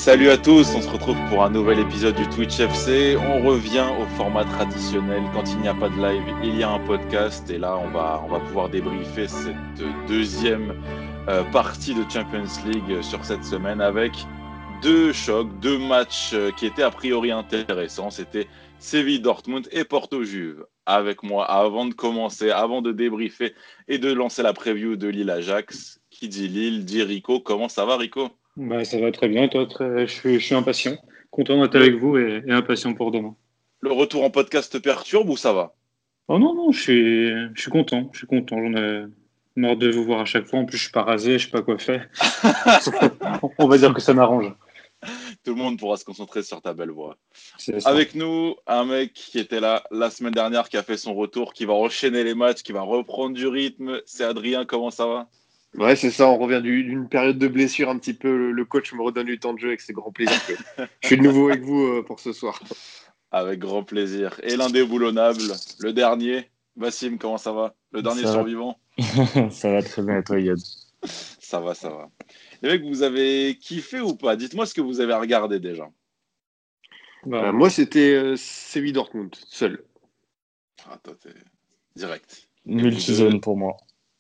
Salut à tous, on se retrouve pour un nouvel épisode du Twitch FC. On revient au format traditionnel. Quand il n'y a pas de live, il y a un podcast. Et là, on va pouvoir débriefer cette deuxième partie de Champions League sur cette semaine avec deux chocs, deux matchs qui étaient a priori intéressants. C'était Séville-Dortmund et Porto-Juve. Avec moi, avant de commencer, avant de débriefer et de lancer la preview de Lille-Ajax, qui dit Lille, dit Rico. Comment ça va, Rico ? Ça va très bien. Et toi, je suis impatient. Content d'être avec vous et impatient pour demain. Le retour en podcast te perturbe ou ça va ? Oh non, je suis content. Je suis content. J'en ai marre de vous voir à chaque fois. En plus, je suis pas rasé, je sais pas quoi faire. On va dire que ça m'arrange. Tout le monde pourra se concentrer sur ta belle voix. C'est ça. Avec nous, un mec qui était là la semaine dernière, qui a fait son retour, qui va enchaîner les matchs, qui va reprendre du rythme. C'est Adrien, comment ça va ? Ouais, c'est ça, on revient d'une période de blessure un petit peu. Le coach me redonne du temps de jeu et c'est grand plaisir que je suis de nouveau avec vous pour ce soir. Avec grand plaisir. Et l'indéboulonnable, le dernier, Bassim, comment ça va ? Le dernier ça survivant ? Ça va très bien et toi, Yod ? Ça va. Les mecs, vous avez kiffé ou pas ? Dites-moi ce que vous avez regardé déjà. Moi, c'était Séville-Dortmund, seul. Ah, toi, t'es direct. Multizone pour moi.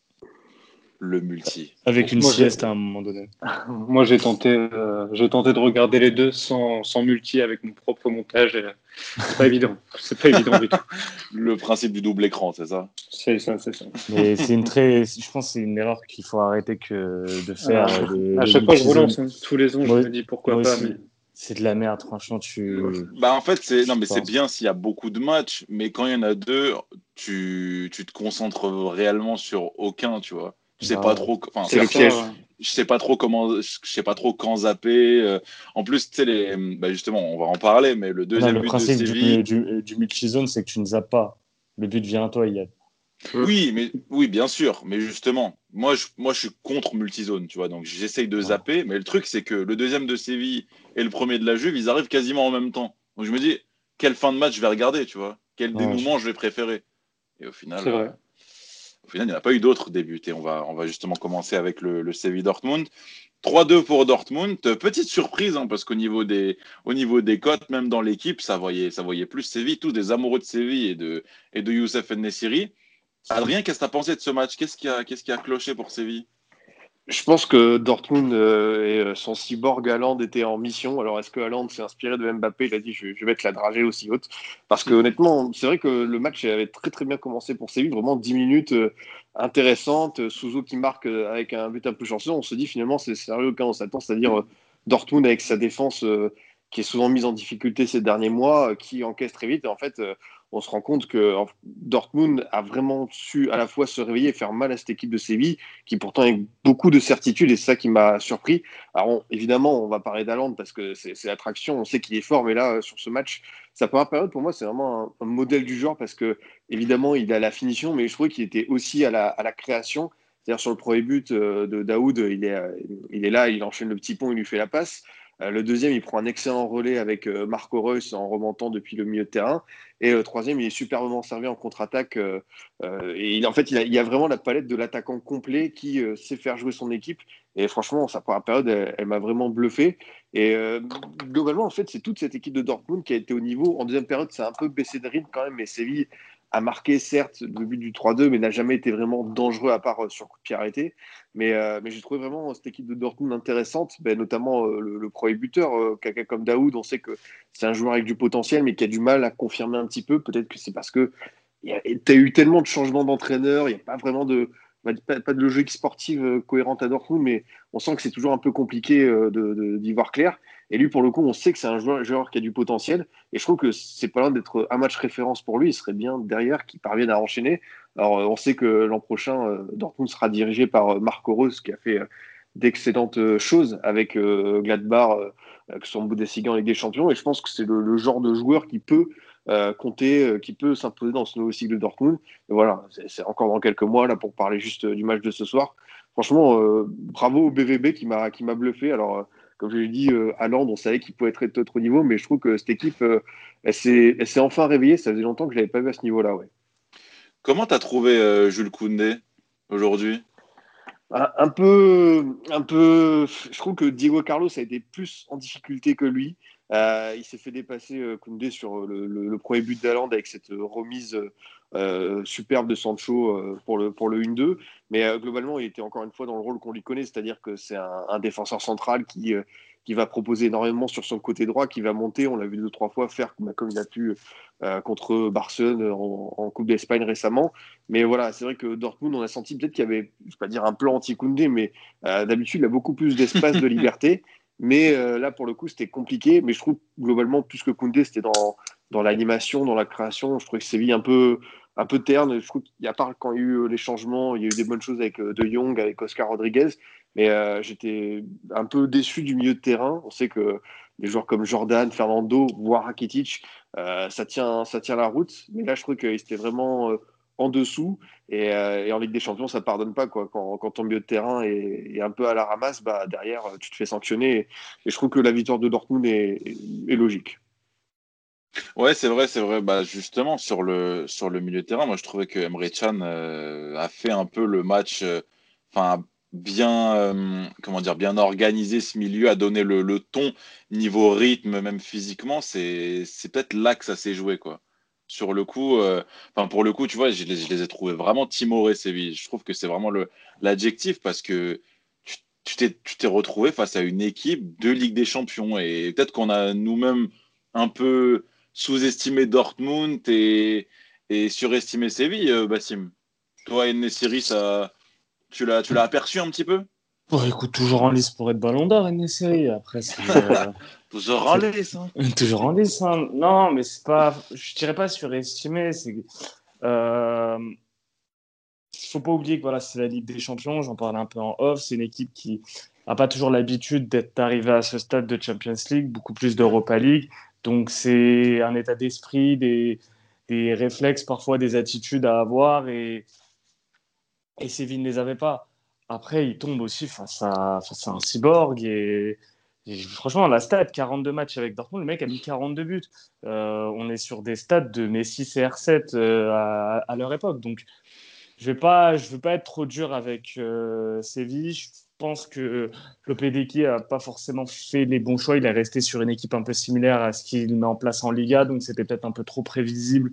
Le multi. Avec une sieste à un moment donné. Moi, j'ai tenté de regarder les deux sans multi avec mon propre montage. C'est pas évident. C'est pas évident du tout. Le principe du double écran, c'est ça ? C'est ça. Mais je pense que c'est une erreur qu'il faut arrêter de faire. À chaque fois, je relance. Tous les ans, je me dis pourquoi pas. Aussi, mais... C'est de la merde, franchement. En fait, c'est bien s'il y a beaucoup de matchs, mais quand il y en a deux, tu te concentres réellement sur aucun, tu vois. Je sais pas trop. C'est le piège. Je sais pas trop quand zapper. En plus, tu sais justement, on va en parler, mais le deuxième but de Séville. Le principe du multizone, c'est que tu ne zappes pas. Le but vient à toi, Yad. Oui, bien sûr, mais justement, moi je suis contre multizone, tu vois, donc j'essaye de zapper, mais le truc c'est que le deuxième de Séville et le premier de la Juve, ils arrivent quasiment en même temps. Donc je me dis, quelle fin de match je vais regarder, tu vois, quel dénouement je vais préférer. Et au final, c'est vrai. Il n'y en a pas eu d'autres débuts. Et on va justement commencer avec le Séville-Dortmund. 3-2 pour Dortmund. Petite surprise, parce qu'au niveau des cotes, même dans l'équipe, ça voyait plus Séville, tous des amoureux de Séville et de Youssef En-Nesyri. Adrien, qu'est-ce que tu as pensé de ce match ? Qu'est-ce qui a cloché pour Séville ? Je pense que Dortmund et son cyborg Haaland étaient en mission. Alors, est-ce que Haaland s'est inspiré de Mbappé ? Il a dit je vais mettre la dragée aussi haute. Parce que honnêtement, c'est vrai que le match avait très très bien commencé pour Séville. Vraiment 10 minutes intéressantes. Souzo qui marque avec un but un peu chanceux. On se dit finalement c'est sérieux quand on s'attend. C'est-à-dire Dortmund avec sa défense qui est souvent mise en difficulté ces derniers mois, qui encaisse très vite. Et en fait, on se rend compte que Dortmund a vraiment su à la fois se réveiller et faire mal à cette équipe de Séville, qui pourtant a beaucoup de certitude, et c'est ça qui m'a surpris. Alors évidemment, on va parler d'Haaland parce que c'est l'attraction, on sait qu'il est fort, mais là, sur ce match, sa première période, pour moi, c'est vraiment un modèle du genre, parce que évidemment, il a la finition, mais je trouvais qu'il était aussi à la création. C'est-à-dire sur le premier but de Daoud, il est là, il enchaîne le petit pont, il lui fait la passe. Le deuxième, il prend un excellent relais avec Marco Reus en remontant depuis le milieu de terrain. Et le troisième, il est superbement servi en contre-attaque. Et en fait, il y a vraiment la palette de l'attaquant complet qui sait faire jouer son équipe. Et franchement, sa première période, elle m'a vraiment bluffé. Et globalement, en fait, c'est toute cette équipe de Dortmund qui a été au niveau. En deuxième période, ça a un peu baissé de rythme quand même. Mais Séville a marqué, certes, le but du 3-2, mais n'a jamais été vraiment dangereux à part sur coup de pied arrêté. Mais j'ai trouvé vraiment cette équipe de Dortmund intéressante, notamment le premier buteur, quelqu'un comme Daoud. On sait que c'est un joueur avec du potentiel, mais qui a du mal à confirmer un petit peu. Peut-être que c'est parce que tu as eu tellement de changements d'entraîneur, il n'y a pas vraiment pas de logique sportive cohérente à Dortmund, mais on sent que c'est toujours un peu compliqué d'y voir clair. Et lui, pour le coup, on sait que c'est un joueur qui a du potentiel. Et je trouve que c'est pas loin d'être un match référence pour lui. Il serait bien derrière qu'il parvienne à enchaîner. Alors, on sait que l'an prochain, Dortmund sera dirigé par Marco Reus, qui a fait d'excellentes choses avec Gladbach, que son Bundesliga en Ligue des Champions. Et je pense que c'est le genre de joueur qui peut compter, qui peut s'imposer dans ce nouveau cycle de Dortmund. Et voilà, c'est encore dans quelques mois là pour parler juste du match de ce soir. Franchement, bravo au BVB qui m'a bluffé. Alors, comme je l'ai dit, Haaland, on savait qu'il pouvait être à autre niveau, mais je trouve que cette équipe, elle s'est enfin réveillée. Ça faisait longtemps que je l'avais pas vu à ce niveau-là. Ouais. Comment tu as trouvé Jules Koundé aujourd'hui ? Je trouve que Diego Carlos a été plus en difficulté que lui. Il s'est fait dépasser Koundé sur le premier but d'Haaland avec cette remise superbe de Sancho pour le 1-2. Mais globalement, il était encore une fois dans le rôle qu'on lui connaît, c'est-à-dire que c'est un défenseur central qui va proposer énormément sur son côté droit, qui va monter. On l'a vu 2-3 fois faire comme il a pu contre Barcelone en Coupe d'Espagne récemment. Mais voilà, c'est vrai que Dortmund, on a senti peut-être qu'il y avait, je ne vais pas dire un plan anti-Koundé, mais d'habitude, il a beaucoup plus d'espace, de liberté. Mais là, pour le coup, c'était compliqué. Mais je trouve globalement, plus que Koundé, c'était dans l'animation, dans la création. Je trouvais que Séville un peu terne. Je trouve qu'il y a part quand il y a eu les changements, il y a eu des bonnes choses avec De Jong, avec Oscar Rodriguez. Mais j'étais un peu déçu du milieu de terrain. On sait que des joueurs comme Jordan, Fernando, voire Rakitic, ça tient la route. Mais là, je trouve qu'ils étaient vraiment en dessous. Et en Ligue des Champions, ça ne pardonne pas, quoi. Quand ton milieu de terrain est un peu à la ramasse, bah, derrière, tu te fais sanctionner. Et je trouve que la victoire de Dortmund est logique. Ouais, c'est vrai, c'est vrai. Bah, justement, sur le milieu de terrain, moi, je trouvais que Emre Can a fait un peu le match, enfin, bien, comment dire, bien organisé ce milieu, a donné le ton niveau rythme, même physiquement. C'est peut-être là que ça s'est joué, quoi. Sur le coup, enfin, pour le coup, tu vois, je les ai trouvés vraiment timorés, Séville. Je trouve que c'est vraiment l'adjectif parce que tu t'es retrouvé face à une équipe de Ligue des Champions et peut-être qu'on a nous-mêmes un peu sous-estimé Dortmund et surestimé Séville, Bassim. Toi, En-Nesyri, tu l'as aperçu un petit peu? Bon, écoute, toujours en lice pour être Ballon d'Or, NSI. Après, Toujours en c'est lice, hein. toujours en lice. Hein. Non, mais c'est pas, je dirais pas surestimé. Euh, faut pas oublier que voilà, c'est la Ligue des Champions. J'en parlais un peu en off. C'est une équipe qui n'a pas toujours l'habitude d'être arrivée à ce stade de Champions League, beaucoup plus d'Europa League. Donc, c'est un état d'esprit, des réflexes, parfois des attitudes à avoir. Et Séville ne les avait pas. Après, il tombe aussi face à un cyborg. Et franchement, la stat, 42 matchs avec Dortmund, le mec a mis 42 buts. On est sur des stats de Messi CR7 à leur époque. Donc, je veux pas être trop dur avec Séville. Je pense que Lopetegui n'a pas forcément fait les bons choix. Il est resté sur une équipe un peu similaire à ce qu'il met en place en Liga. Donc, c'était peut-être un peu trop prévisible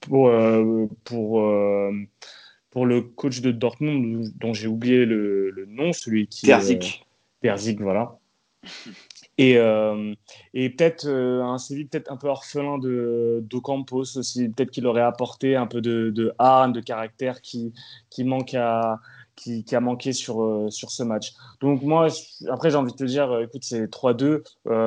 pour le coach de Dortmund, dont j'ai oublié le nom, celui qui est Terzic. Terzic, voilà. Et, euh, et peut-être un Séville peut-être un peu orphelin d'Ocampos aussi. Peut-être qu'il aurait apporté un peu de hargne, de caractère qui manque qui a manqué sur ce match. Donc moi, après j'ai envie de te dire, écoute, c'est 3-2.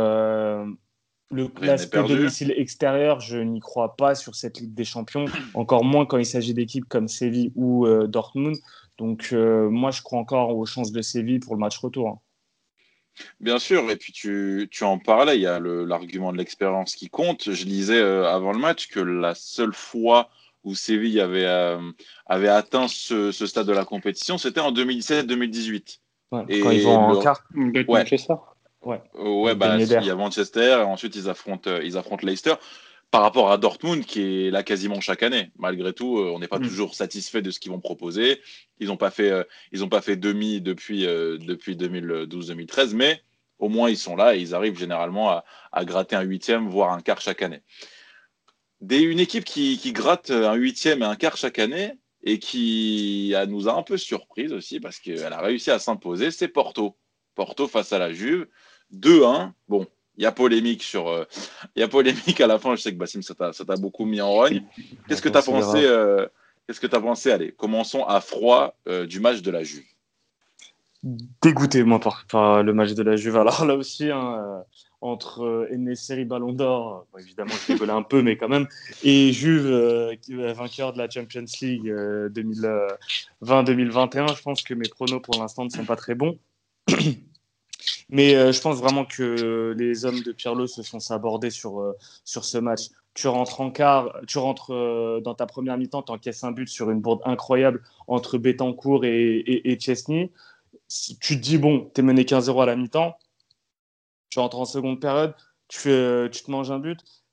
Rien n'est L'aspect perdu. domicile extérieur, je n'y crois pas sur cette Ligue des Champions, encore moins quand il s'agit d'équipes comme Séville ou Dortmund. Donc moi, je crois encore aux chances de Séville pour le match retour. Hein. Bien sûr, et puis tu en parlais, il y a l'argument de l'expérience qui compte. Je lisais avant le match que la seule fois où Séville avait atteint ce stade de la compétition, c'était en 2017-2018. Ouais, quand ils vont Et en quart, Bête ouais, Manchester. ouais, ouais, avec Ben bah, il y Yedder. a Manchester, et ensuite ils affrontent Leicester. Par rapport à Dortmund, qui est là quasiment chaque année. Malgré tout, on n'est pas Mm. toujours satisfait de ce qu'ils vont proposer. Ils ont pas fait demi depuis 2012-2013, mais au moins ils sont là et ils arrivent généralement à gratter un huitième, voire un quart chaque année. Une équipe qui gratte un huitième et un quart chaque année et qui nous a un peu surprise aussi parce qu'elle a réussi à s'imposer, c'est Porto. Porto face à la Juve, 2-1. Bon, il y a polémique à la fin. Je sais que Bassim, ça t'a beaucoup mis en rogne. Qu'est-ce que tu Attends, as c'est pensé grave. Qu'est-ce que tu as pensé? Allez, commençons à froid du match de la Juve. Dégoûté, moi, par le match de la Juve. Alors là aussi, hein, entre En-Nesyri Ballon d'Or, bon, évidemment, je rigolais un peu, mais quand même, et Juve, vainqueur de la Champions League 2020-2021, je pense que mes pronos pour l'instant ne sont pas très bons. Mais je pense vraiment que les hommes de Pirlo se sont sabordés sur ce match. Tu rentres en quart, tu rentres dans ta première mi-temps, tu encaisses un but sur une bourde incroyable entre Betancourt et Chesney. Tu te dis, bon, tu es mené 15-0 à la mi-temps, tu rentres en seconde période, tu te manges un but.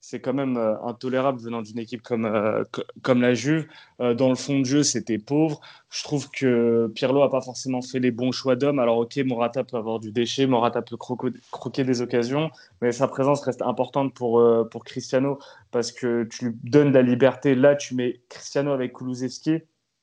c'est quand même intolérable venant d'une équipe comme la Juve. Dans le fond de jeu, c'était pauvre. Je trouve que Pirlo n'a pas forcément fait les bons choix d'hommes. Alors ok, Morata peut avoir du déchet, Morata peut croquer des occasions, mais sa présence reste importante pour Cristiano parce que tu lui donnes la liberté. Là, tu mets Cristiano avec Kulusevski.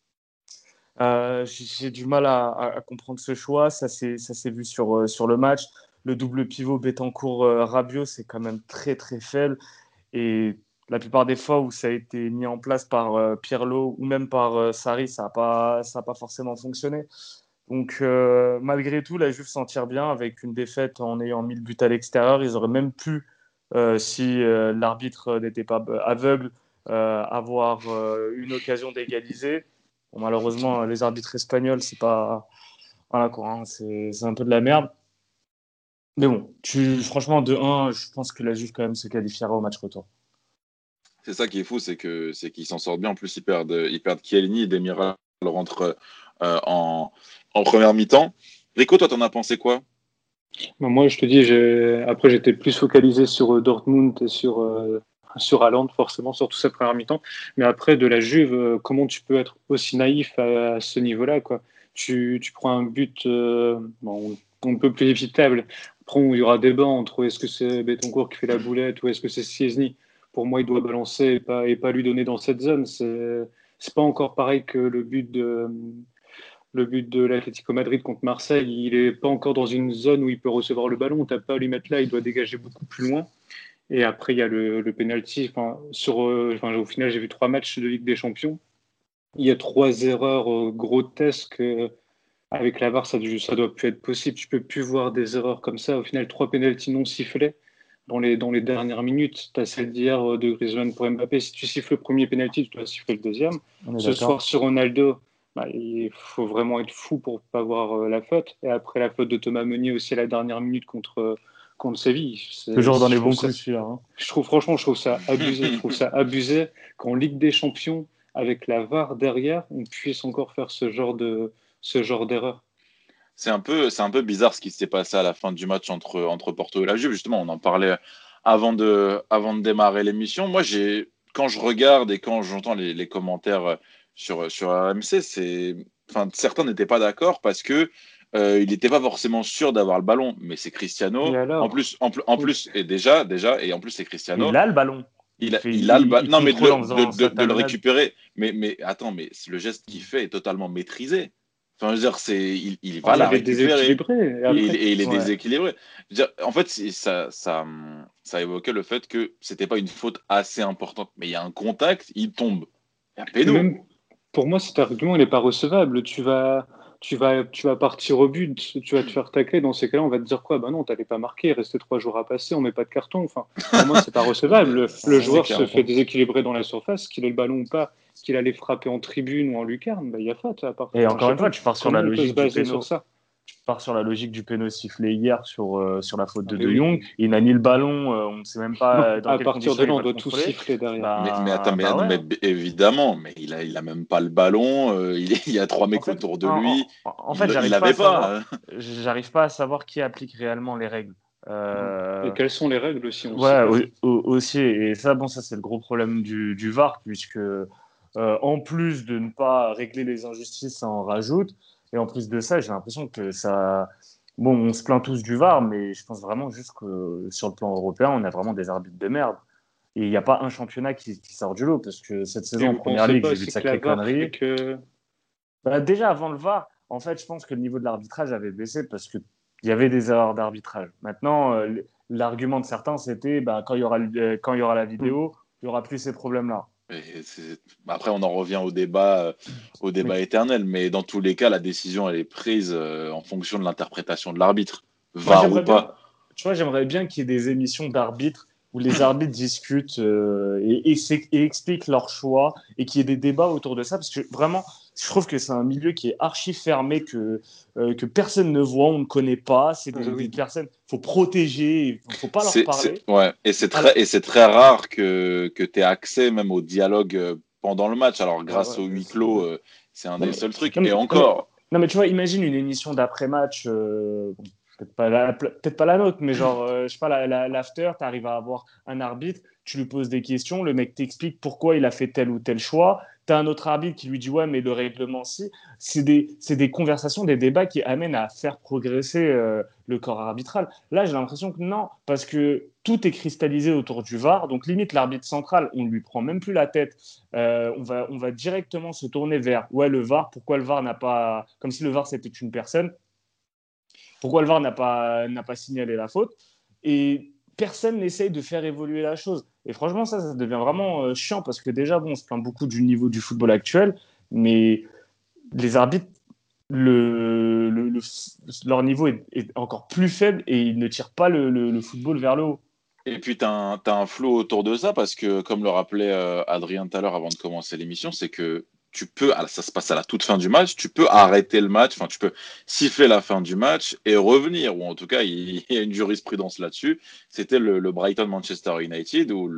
J'ai du mal à comprendre ce choix. Ça s'est vu sur le match. Le double pivot Betancourt-Rabiot, c'est quand même très très faible. Et la plupart des fois où ça a été mis en place par Pirlo ou même par Sarri, ça n'a pas forcément fonctionné. Donc malgré tout, la Juve s'en tire bien avec une défaite en ayant mis le but à l'extérieur. Ils auraient même pu, si l'arbitre n'était pas aveugle, avoir une occasion d'égaliser. Bon, malheureusement, les arbitres espagnols, c'est pas... Voilà quoi, hein, c'est un peu de la merde. Mais bon, franchement, 2-1, je pense que la Juve quand même se qualifiera au match retour. C'est ça qui est fou, c'est qu'ils s'en sortent bien. En plus, ils perdent Chiellini et Demiral rentrent en première mi-temps. Rico, toi, t'en as pensé quoi? Moi, je te dis, après, j'étais plus focalisé sur Dortmund et sur Haaland, forcément, surtout sa première mi-temps. Mais après, de la Juve, comment tu peux être aussi naïf à ce niveau-là, quoi? Tu prends un but un peu plus évitable. Après, il y aura débat entre est-ce que c'est Betancourt qui fait la boulette ou est-ce que c'est Szczęsny. Pour moi, il doit balancer et pas lui donner dans cette zone. C'est pas encore pareil que le but de l'Atlético Madrid contre Marseille. Il n'est pas encore dans une zone où il peut recevoir le ballon. Tu n'as pas à lui mettre là, il doit dégager beaucoup plus loin. Et après, il y a le penalty. Au final, j'ai vu 3 matchs de Ligue des Champions. Il y a 3 erreurs grotesques. Avec la VAR, ça doit plus être possible. Tu peux plus voir des erreurs comme ça. Au final, 3 penalties non sifflés dans les dernières minutes. Tu as celle d'hier de Griezmann pour Mbappé. Si tu siffles le premier penalty, tu dois siffler le deuxième. Ce soir, sur Ronaldo, il faut vraiment être fou pour ne pas voir la faute. Et après, la faute de Thomas Meunier aussi à la dernière minute contre Séville. Toujours dans les bons coups, celui-là. Hein. Je trouve ça abusé. Je trouve ça abusé qu'en Ligue des Champions, avec la VAR derrière, on puisse encore faire ce genre d'erreur. C'est un peu bizarre ce qui s'est passé à la fin du match entre Porto et la Juve. Justement, on en parlait avant de démarrer l'émission. Moi, quand je regarde et quand j'entends les commentaires sur RMC, certains n'étaient pas d'accord parce que il n'était pas forcément sûr d'avoir le ballon. Mais c'est Cristiano. En plus, et déjà, et en plus c'est Cristiano. Il a le ballon. Il a le ballon. Non, mais de le récupérer. Mais attends, mais le geste qu'il fait est totalement maîtrisé. Enfin, je veux dire, il va la récupérer et il est déséquilibré. Je veux dire, en fait, ça évoquait le fait que c'était pas une faute assez importante, mais il y a un contact, il tombe. Il y a péno. Même, pour moi, cet argument, il n'est pas recevable. Tu vas partir au but, tu vas te faire tacler. Dans ces cas-là, on va te dire quoi? Non, tu n'allais pas marquer, il restait 3 jours à passer, on met pas de carton. Enfin, pour moi, c'est pas recevable. Le joueur se fait déséquilibrer dans la surface, qu'il ait le ballon ou pas, qu'il allait frapper en tribune ou en lucarne, il y a faute. Et encore une fois, tu pars sur la logique du péno. Tu pars sur la logique du péno sifflé hier sur la faute de De Jong. Il n'a ni le ballon, on ne sait même pas dans quelles conditions. À partir de là, on doit tout siffler derrière. Mais attends, mais évidemment, mais il a même pas le ballon. Il y a 3 mecs autour de lui. En fait, j'arrive pas à savoir qui applique réellement les règles. Et quelles sont les règles aussi? Aussi. Et ça, c'est le gros problème du VAR, puisque en plus de ne pas régler les injustices, ça en rajoute. Et en plus de ça, j'ai l'impression que ça... Bon, on se plaint tous du VAR, mais je pense vraiment juste que sur le plan européen, on a vraiment des arbitres de merde. Et il n'y a pas un championnat qui sort du lot, parce que cette saison en Première Ligue, j'ai vu de sacrées conneries. Déjà, avant le VAR, en fait, je pense que le niveau de l'arbitrage avait baissé parce qu'il y avait des erreurs d'arbitrage. Maintenant, l'argument de certains, c'était quand il y aura la vidéo, il n'y aura plus ces problèmes-là. Après, on en revient au débat éternel, mais dans tous les cas, la décision elle est prise en fonction de l'interprétation de l'arbitre, VAR ou pas. Tu vois, j'aimerais bien qu'il y ait des émissions d'arbitres où les arbitres discutent et expliquent leurs choix et qu'il y ait des débats autour de ça, parce que vraiment, je trouve que c'est un milieu qui est archi fermé, que personne ne voit, on ne connaît pas. C'est des personnes, il faut protéger, il ne faut pas leur parler. Et c'est très rare que tu aies accès même au dialogue pendant le match. Alors, grâce au huis clos, c'est un des seuls trucs. Et encore. Non, mais tu vois, imagine une émission d'après-match. peut-être pas la nôtre, mais genre, je sais pas, l'after, tu arrives à avoir un arbitre, tu lui poses des questions, le mec t'explique pourquoi il a fait tel ou tel choix. Tu as un autre arbitre qui lui dit ouais, mais le règlement, si. C'est des conversations, des débats qui amènent à faire progresser le corps arbitral. Là, j'ai l'impression que non, parce que tout est cristallisé autour du VAR. Donc, limite, l'arbitre central, on ne lui prend même plus la tête. On va directement se tourner vers ouais, le VAR. Pourquoi le VAR n'a pas. Comme si le VAR, c'était une personne. Pourquoi le VAR n'a pas signalé la faute. Et personne n'essaye de faire évoluer la chose. Et franchement, ça devient vraiment chiant parce que déjà, bon, on se plaint beaucoup du niveau du football actuel, mais les arbitres, leur niveau est encore plus faible et ils ne tirent pas le football vers le haut. Et puis, tu as un flou autour de ça parce que, comme le rappelait Adrien tout à l'heure avant de commencer l'émission, c'est que ça se passe à la toute fin du match, tu peux arrêter le match, enfin, tu peux siffler la fin du match et revenir, ou en tout cas, il y a une jurisprudence là-dessus. C'était le Brighton-Manchester United où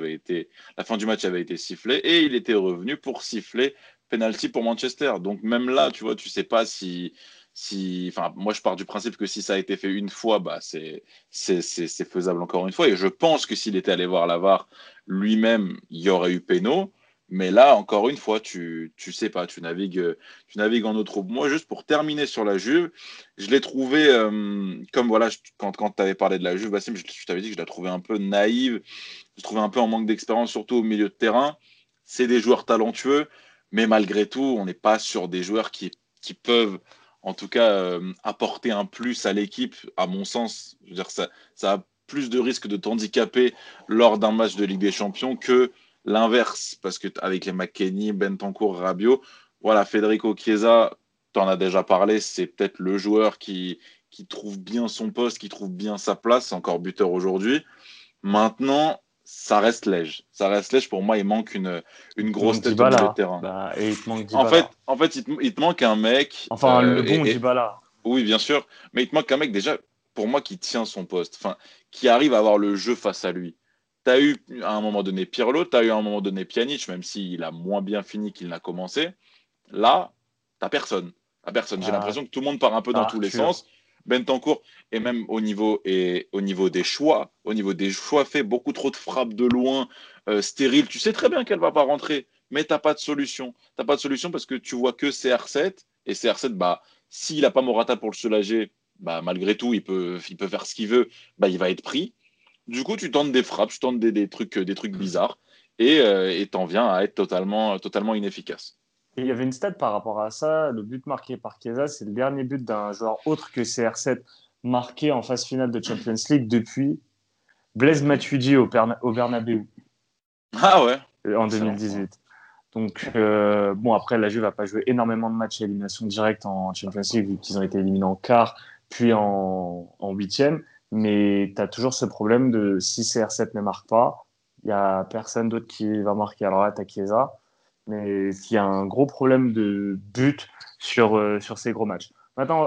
la fin du match avait été sifflée et il était revenu pour siffler penalty pour Manchester. Donc, même là, tu vois, tu sais pas enfin, moi, je pars du principe que si ça a été fait une fois, bah, c'est faisable encore une fois. Et je pense que s'il était allé voir la VAR lui-même, il y aurait eu péno. Mais là, encore une fois, tu sais pas, tu navigues en eau trouble. Moi, juste pour terminer sur la Juve, je l'ai trouvé, comme voilà, quand tu avais parlé de la Juve, Bassim, je t'avais dit que je la trouvais un peu naïve, je trouvais un peu en manque d'expérience, surtout au milieu de terrain. C'est des joueurs talentueux, mais malgré tout, on n'est pas sur des joueurs qui peuvent en tout cas apporter un plus à l'équipe, à mon sens. Je veux dire, ça a plus de risques de t'handicaper lors d'un match de Ligue des Champions que l'inverse, parce que avec les McKennie, Bentancur, Rabiot, voilà, Federico Chiesa, tu en as déjà parlé, c'est peut-être le joueur qui trouve bien son poste, qui trouve bien sa place, encore buteur aujourd'hui. Maintenant, ça reste léger. Ça reste léger. Pour moi, il manque une Il te manque grosse tête au milieu de Dybala. terrain. Bah, et il te manque En fait, Dybala. en fait il te manque un mec. Enfin, le bon Dybala. Oui, bien sûr. Mais il te manque un mec déjà, pour moi, qui tient son poste. Enfin, qui arrive à avoir le jeu face à lui. Tu as eu à un moment donné Pirlo, tu as eu à un moment donné Pjanic, même s'il a moins bien fini qu'il n'a commencé. Là, t'as personne. T'as personne. J'ai Ah, l'impression que tout le monde part un peu dans tous les Arthur. sens. Bentancur, et même au niveau des choix fait beaucoup trop de frappes de loin, stériles. Tu sais très bien qu'elle va pas rentrer, mais t'as pas de solution. T'as pas de solution parce que tu vois que CR7 et CR7, bah, s'il a pas Morata pour le soulager, bah, malgré tout, il peut faire ce qu'il veut, bah, il va être pris. Du coup, tu tentes des frappes, tu tentes des trucs bizarres et t'en viens à être totalement inefficace. Et il y avait une stat par rapport à ça. Le but marqué par Chiesa, c'est le dernier but d'un joueur autre que CR7 marqué en phase finale de Champions League depuis Blaise Matuidi au Bernabéu Ah ouais, en excellent. 2018. Donc, bon, après, la Juve n'a pas joué énormément de matchs à élimination directe en Champions League, vu qu'ils ont été éliminés en quart, puis en huitième. Mais tu as toujours ce problème de si CR7 ne marque pas, il n'y a personne d'autre qui va marquer. Alors là, tu as Chiesa, mais il y a un gros problème de but sur ces gros matchs. Maintenant,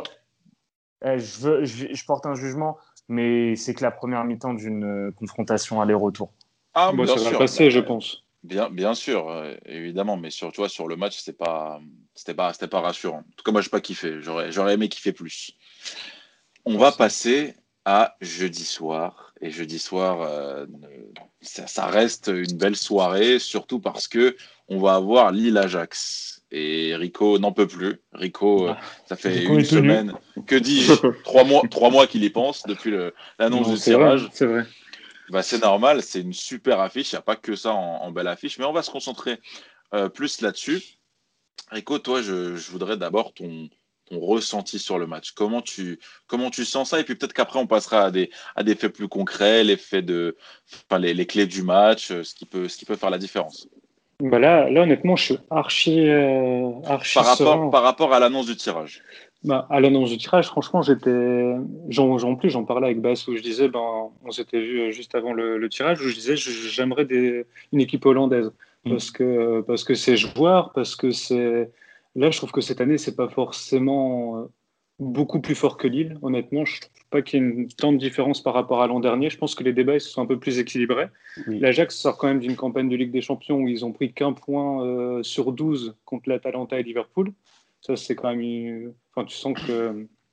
je porte un jugement, mais c'est que la première mi-temps d'une confrontation aller-retour. Ah, Bon, bien ça va sûr, passer, je pense. bien sûr, évidemment, mais tu vois, sur le match, c'était pas rassurant. En tout cas, moi, j'ai pas kiffé. J'aurais aimé kiffer plus. On va passer à jeudi soir. Et jeudi soir, ça reste une belle soirée, surtout parce que on va avoir Lille-Ajax. Et Rico n'en peut plus. Rico, Ah, ça fait Rico une est tenu. semaine, que dis-je, 3 mois qu'il y pense depuis l'annonce Non, du c'est vrai, tirage. c'est vrai. Bah, c'est normal, c'est une super affiche. Il n'y a pas que ça en belle affiche, mais on va se concentrer plus là-dessus. Rico, toi, je voudrais d'abord ton ressenti sur le match. Comment tu sens ça? Et puis peut-être qu'après, on passera à des faits plus concrets, enfin, les clés du match, ce qui peut faire la différence. Bah là, honnêtement, je suis archi Par rapport, serein. par rapport à l'annonce du tirage. Bah, à l'annonce du tirage, franchement, en plus, j'en parlais avec Bass où je disais, ben, on s'était vu juste avant le tirage, où je disais, j'aimerais une équipe hollandaise parce que c'est joueur, parce que c'est. Là, je trouve que cette année, c'est pas forcément beaucoup plus fort que Lille. Honnêtement, je trouve pas qu'il y ait une tant de différence par rapport à l'an dernier. Je pense que les débats ils se sont un peu plus équilibrés. Oui. L'Ajax sort quand même d'une campagne de Ligue des Champions où ils ont pris qu'un point sur 12 contre l'Atalanta et Liverpool. Ça, c'est quand même. Enfin, tu sens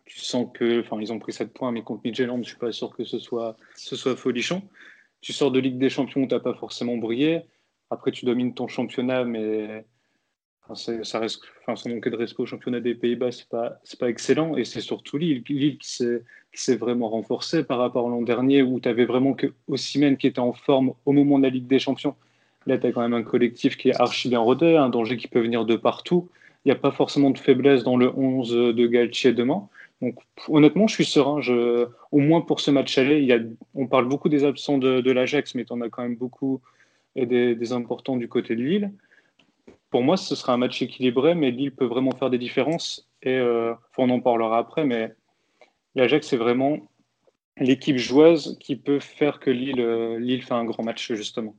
Tu sens que, enfin, ils ont pris 7 points, mais contre Midtjylland, je suis pas sûr que ce soit folichon. Tu sors de Ligue des Champions où tu n'as pas forcément brillé. Après, tu domines ton championnat, mais ça reste, enfin, sans manquer de respect au championnat des Pays-Bas, c'est pas excellent. Et c'est surtout Lille qui s'est vraiment renforcé par rapport à l'an dernier où tu avais vraiment que Osimhen qui était en forme au moment de la Ligue des Champions. Là, tu as quand même un collectif qui est archi bien rodé, un danger qui peut venir de partout. Il n'y a pas forcément de faiblesse dans le 11 de Galtier demain. Donc, honnêtement, je suis serein. Au moins pour ce match aller, on parle beaucoup des absents de l'Ajax, mais tu en as quand même beaucoup et des importants du côté de Lille. Pour moi, ce sera un match équilibré, mais Lille peut vraiment faire des différences. Et on en parlera après, mais l'Ajax, c'est vraiment l'équipe joueuse qui peut faire que Lille fait un grand match, justement.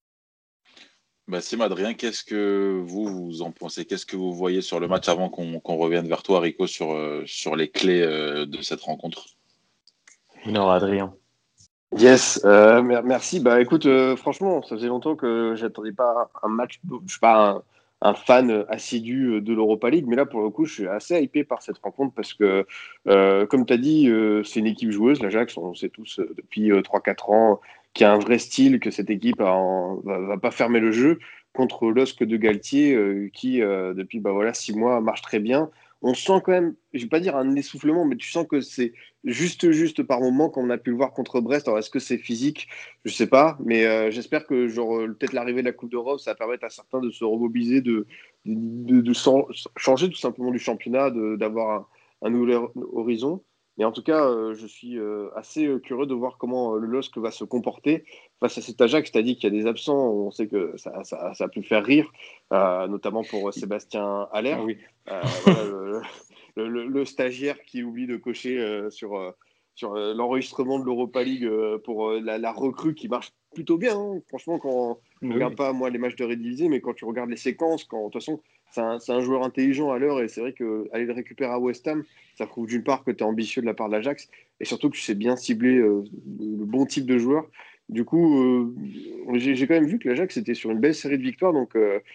Sim, Adrien, qu'est-ce que vous en pensez? Qu'est-ce que vous voyez sur le match avant qu'on revienne vers toi, Rico, sur les clés de cette rencontre? Non, Adrien. Yes, merci. Bah écoute, franchement, ça faisait longtemps que j'attendais pas un match. Je suis pas un fan assidu de l'Europa League, mais là pour le coup, je suis assez hypé par cette rencontre parce que, comme tu as dit, c'est une équipe joueuse, l'Ajax, on sait tous depuis 3-4 ans qu'il y a un vrai style, que cette équipe va pas fermer le jeu contre l'OSC de Galtier qui, depuis 6 mois, marche très bien. On sent quand même, je vais pas dire un essoufflement, mais tu sens que c'est juste par moment, comme on a pu le voir contre Brest. Alors, est-ce que c'est physique? Je sais pas, mais j'espère que peut-être l'arrivée de la Coupe d'Europe, ça va permettre à certains de se remobiliser, de changer tout simplement du championnat, d'avoir un nouvel horizon. Mais en tout cas, je suis assez curieux de voir comment le LOSC va se comporter face à cet Ajax. Tu as dit qu'il y a des absents, on sait que ça a pu faire rire, notamment pour Sébastien Haller. Ah oui. Voilà, le stagiaire qui oublie de cocher sur l'enregistrement de l'Europa League pour la recrue qui marche plutôt bien. Hein. Franchement, quand je ne regarde pas moi les matchs de Redivisie, mais quand tu regardes les séquences, de toute façon, c'est un joueur intelligent à l'heure et c'est vrai qu'aller le récupérer à West Ham, ça prouve d'une part que tu es ambitieux de la part de l'Ajax et surtout que tu sais bien cibler le bon type de joueur. Du coup, j'ai quand même vu que l'Ajax était sur une belle série de victoires, donc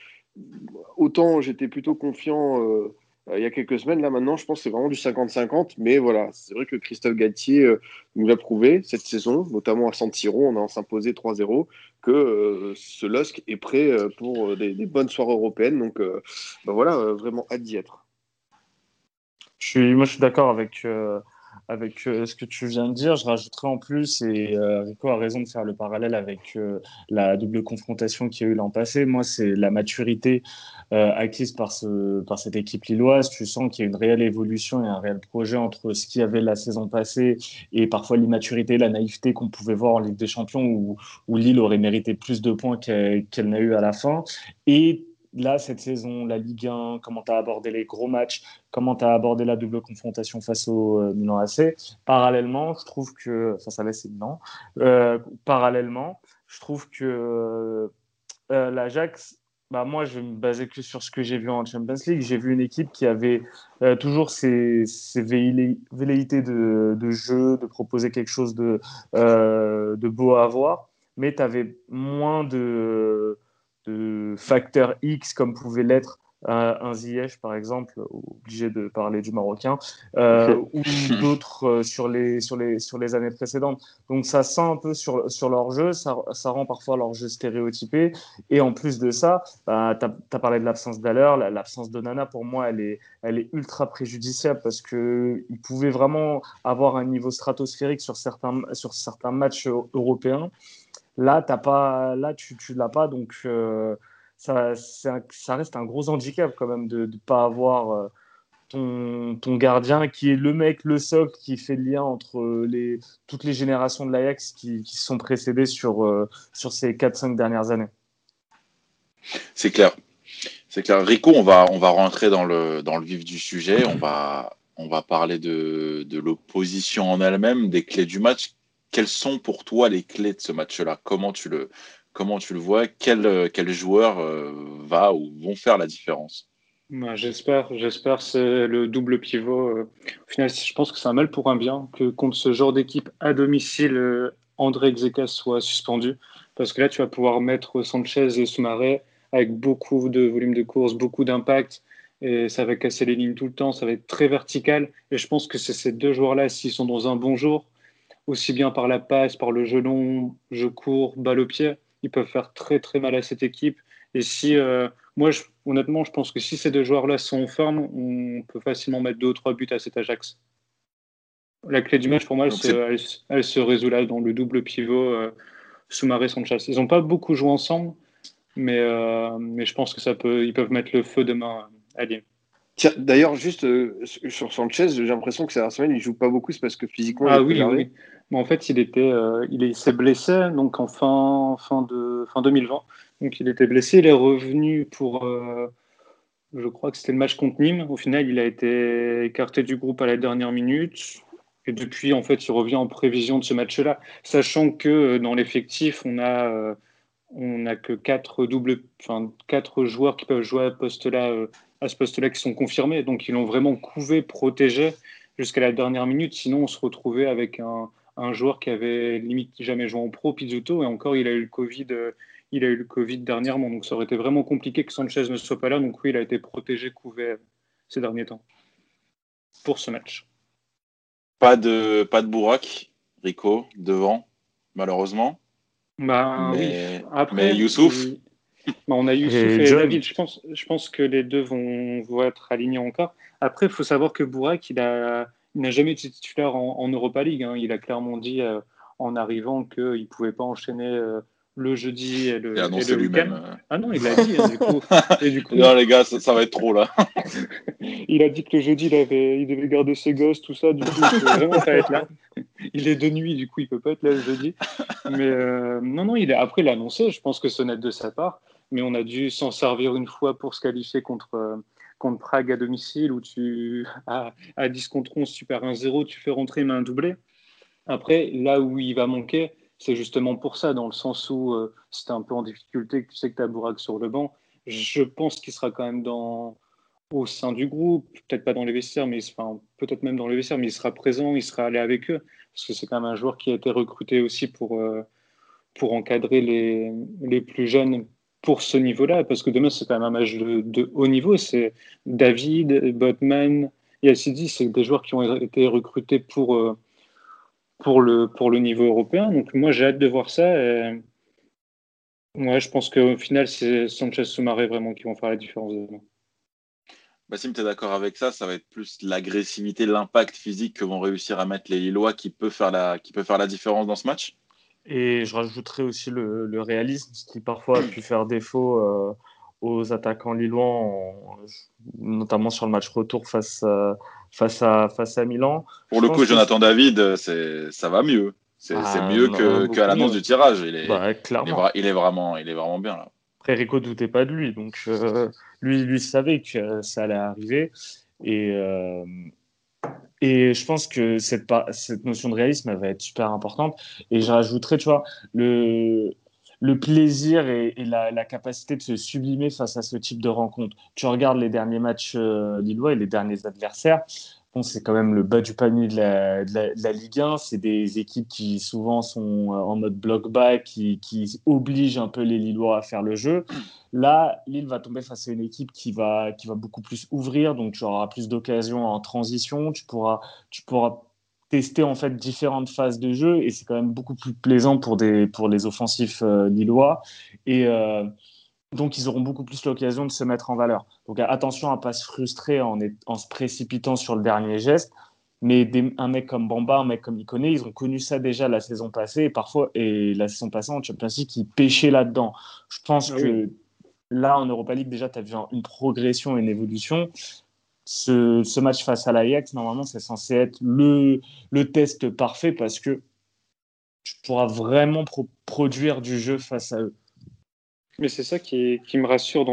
autant j'étais plutôt confiant il y a quelques semaines. Là, maintenant, je pense que c'est vraiment du 50-50. Mais voilà, c'est vrai que Christophe Galtier nous l'a prouvé cette saison, notamment à San Siro, on a s'imposé 3-0, que ce LOSC est prêt pour des bonnes soirées européennes. Donc, voilà, vraiment hâte d'y être. Moi, je suis d'accord avec ce que tu viens de dire. Je rajouterais en plus, et Rico a raison de faire le parallèle avec la double confrontation qu'il y a eu l'an passé. Moi, c'est la maturité acquise par cette équipe lilloise. Tu sens qu'il y a une réelle évolution et un réel projet entre ce qu'il y avait la saison passée et parfois l'immaturité, la naïveté qu'on pouvait voir en Ligue des Champions où Lille aurait mérité plus de points qu'elle n'a eu à la fin. Et là, cette saison, la Ligue 1, comment tu as abordé les gros matchs, comment tu as abordé la double confrontation face au Milan AC. Parallèlement, je trouve que, face à l'AC Milan, parallèlement, je trouve que l'Ajax, moi, je vais me baser que sur ce que j'ai vu en Champions League. J'ai vu une équipe qui avait toujours ses velléités de jeu, de proposer quelque chose de beau à voir, mais tu avais moins de facteurs X comme pouvait l'être un Ziyech, par exemple, obligé de parler du Marocain, ou d'autres sur les années précédentes. Donc ça sent un peu sur leur jeu, ça rend parfois leur jeu stéréotypé. Et en plus de ça, tu as parlé de l'absence d'Haller, l'absence de Nana, pour moi, elle est ultra préjudiciable parce qu'ils pouvaient vraiment avoir un niveau stratosphérique sur certains matchs européens. Là, tu l'as pas, donc ça reste un gros handicap quand même de ne pas avoir ton gardien qui est le mec, le socle qui fait le lien entre toutes les générations de l'Ajax qui se sont précédées sur ces 4-5 dernières années. C'est clair. Rico, on va rentrer dans le vif du sujet. On va parler de l'opposition en elle-même, des clés du match. Quelles sont pour toi les clés de ce match-là? Comment tu le vois? Quels joueurs vont faire la différence? J'espère. C'est le double pivot. Au final, je pense que c'est un mal pour un bien que contre ce genre d'équipe à domicile, André Xheka soit suspendu. Parce que là, tu vas pouvoir mettre Sanchez et Soumaré avec beaucoup de volume de course, beaucoup d'impact. et ça va casser les lignes tout le temps, ça va être très vertical. Et je pense que c'est ces deux joueurs-là, s'ils sont dans un bon jour, aussi bien par la passe, par le jeu long, jeu court, balle au pied, ils peuvent faire très très mal à cette équipe. Et si, honnêtement, je pense que si ces deux joueurs-là sont en forme, on peut facilement mettre 2 ou 3 buts à cet Ajax. La clé du match, pour moi, Donc elle se résout là dans le double pivot Soumaré-Sanchez. Ils n'ont pas beaucoup joué ensemble, mais je pense que ils peuvent mettre le feu demain à Lille. Tiens, d'ailleurs, juste sur Sanchez, j'ai l'impression que cette semaine, il joue pas beaucoup, c'est parce que physiquement, il Ah est oui, préservé. oui. Mais en fait, il s'est blessé donc en fin 2020. Donc il était blessé, il est revenu pour, je crois que c'était le match contre Nîmes. Au final, il a été écarté du groupe à la dernière minute. Et depuis, en fait, il revient en prévision de ce match-là, sachant que dans l'effectif, on a que 4 joueurs qui peuvent jouer à ce poste-là qui sont confirmés. Donc, ils l'ont vraiment couvé, protégé jusqu'à la dernière minute. Sinon, on se retrouvait avec un joueur qui avait limite jamais joué en pro, Pizzuto, et encore, il a eu le Covid. Il a eu le Covid dernièrement, donc ça aurait été vraiment compliqué que Sanchez ne soit pas là. Donc oui, il a été protégé, couvé ces derniers temps pour ce match. pas de Bourak, Rico, devant, malheureusement. Bah oui. Mais Après, Youssouf, on a Youssouf Et et John, David. Je pense que les deux vont être alignés encore. Après, il faut savoir que Bourak, il n'a jamais été titulaire en Europa League, hein. Il a clairement dit en arrivant qu'il ne pouvait pas enchaîner le jeudi et il a et annoncé le week-end. lui-même. Ah non, il l'a dit, hein, du coup. Et du coup, Non, les gars, ça va être trop là. il a dit que le jeudi, il devait garder ses gosses, tout ça. Du coup, il ne peut vraiment pas être là. Il est de nuit, du coup, il ne peut pas être là le jeudi. Mais non, après, il a annoncé. Je pense que c'est honnête de sa part. Mais on a dû s'en servir une fois pour se qualifier contre Prague à domicile, où à 10 contre 11, tu perds 1-0, tu fais rentrer, mais un doublé. Après, là où il va manquer, c'est justement pour ça, dans le sens où si tu es un peu en difficulté, que tu sais que tu as Bourak sur le banc, je pense qu'il sera quand même au sein du groupe, peut-être pas dans les vestiaires, mais enfin, peut-être même dans les vestiaires, mais il sera présent, il sera allé avec eux, parce que c'est quand même un joueur qui a été recruté aussi pour encadrer les plus jeunes pour ce niveau-là, parce que demain, c'est quand même un match de haut niveau. C'est David, Botman et Assidi, c'est des joueurs qui ont été recrutés pour le niveau européen. Donc moi, j'ai hâte de voir ça. Et ouais, je pense qu'au final, c'est Sanchez Soumaré vraiment qui vont faire la différence demain. Bassim, tu es d'accord avec ça? Ça va être plus l'agressivité, l'impact physique que vont réussir à mettre les Lillois qui peut faire la différence dans ce match? et je rajouterais aussi le réalisme, ce qui parfois a pu faire défaut aux attaquants lillois, notamment sur le match retour face à Milan. Pour Je le coup, pense que Jonathan David, ça va mieux. C'est mieux qu'à beaucoup l'annonce mieux. du tirage. Bah, clairement. Il est vraiment bien là. Après, Rico doutait pas de lui, donc lui savait que ça allait arriver. Et, euh, et je pense que cette notion de réalisme, elle va être super importante. Et je rajouterais, tu vois, le plaisir et la capacité de se sublimer face à ce type de rencontre. Tu regardes les derniers matchs lillois et les derniers adversaires. Bon, c'est quand même le bas du panier de la Ligue 1. C'est des équipes qui souvent sont en mode bloc bas, qui obligent un peu les Lillois à faire le jeu. Là, Lille va tomber face à une équipe qui va beaucoup plus ouvrir, donc tu auras plus d'occasions en transition. Tu pourras tester en fait différentes phases de jeu et c'est quand même beaucoup plus plaisant pour les offensifs lillois. Et donc, ils auront beaucoup plus l'occasion de se mettre en valeur. Donc, attention à ne pas se frustrer en se précipitant sur le dernier geste. Mais un mec comme Bamba, un mec comme Ikoné, ils ont connu ça déjà la saison passée. Et la saison passée en Champions League, ils pêchaient là-dedans. Je pense que là, en Europa League, déjà, tu as vu une progression, une évolution. Ce match face à l'Ajax, normalement, c'est censé être le test parfait parce que tu pourras vraiment produire du jeu face à eux. Mais c'est ça qui me rassure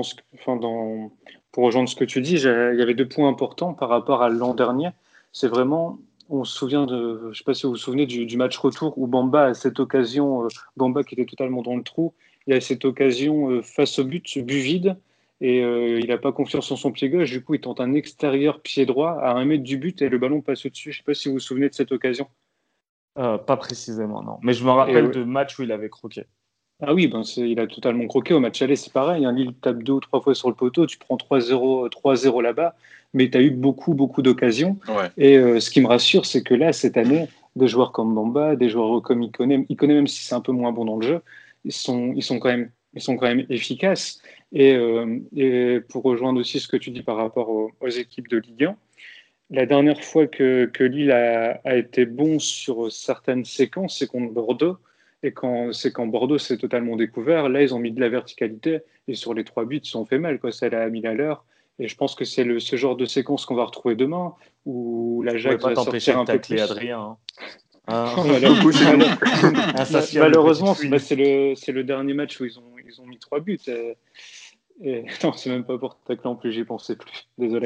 pour rejoindre ce que tu dis. Il y avait 2 points importants par rapport à l'an dernier. C'est vraiment, on se souvient je ne sais pas si vous vous souvenez du match retour où Bamba a cette occasion, Bamba qui était totalement dans le trou, il a cette occasion face au but vide, et il n'a pas confiance en son pied gauche. Du coup, il tente un extérieur pied droit à 1 mètre du but et le ballon passe au-dessus. Je ne sais pas si vous vous souvenez de cette occasion. Pas précisément, non. Mais je me Et rappelle de matchs où il avait croqué. Ah oui, il a totalement croqué au match aller, c'est pareil. Hein, Lille tape 2 ou 3 fois sur le poteau, tu prends 3-0 là-bas, mais tu as eu beaucoup, beaucoup d'occasions. Ouais. Et ce qui me rassure, c'est que là, cette année, des joueurs comme Bamba, des joueurs comme Iconé, même si c'est un peu moins bon dans le jeu, ils sont quand même efficaces. Et pour rejoindre aussi ce que tu dis par rapport aux équipes de Ligue 1, la dernière fois que Lille a été bon sur certaines séquences, c'est contre Bordeaux. Et quand Bordeaux s'est totalement découvert, là, ils ont mis de la verticalité. Et sur les 3 buts, ils se sont fait mal, quoi. Ça l'a mis à l'heure. Et je pense que c'est ce genre de séquence qu'on va retrouver demain, où Je pouvais l'Ajax pas va t'empêcher sortir de un peu tacler plus. Adrien. Hein. Insatiable Malheureusement, petite fouine. c'est le dernier match où ils ont mis 3 buts. Et non, c'est même pas pour tacler en plus, j'y pensais plus. Désolé.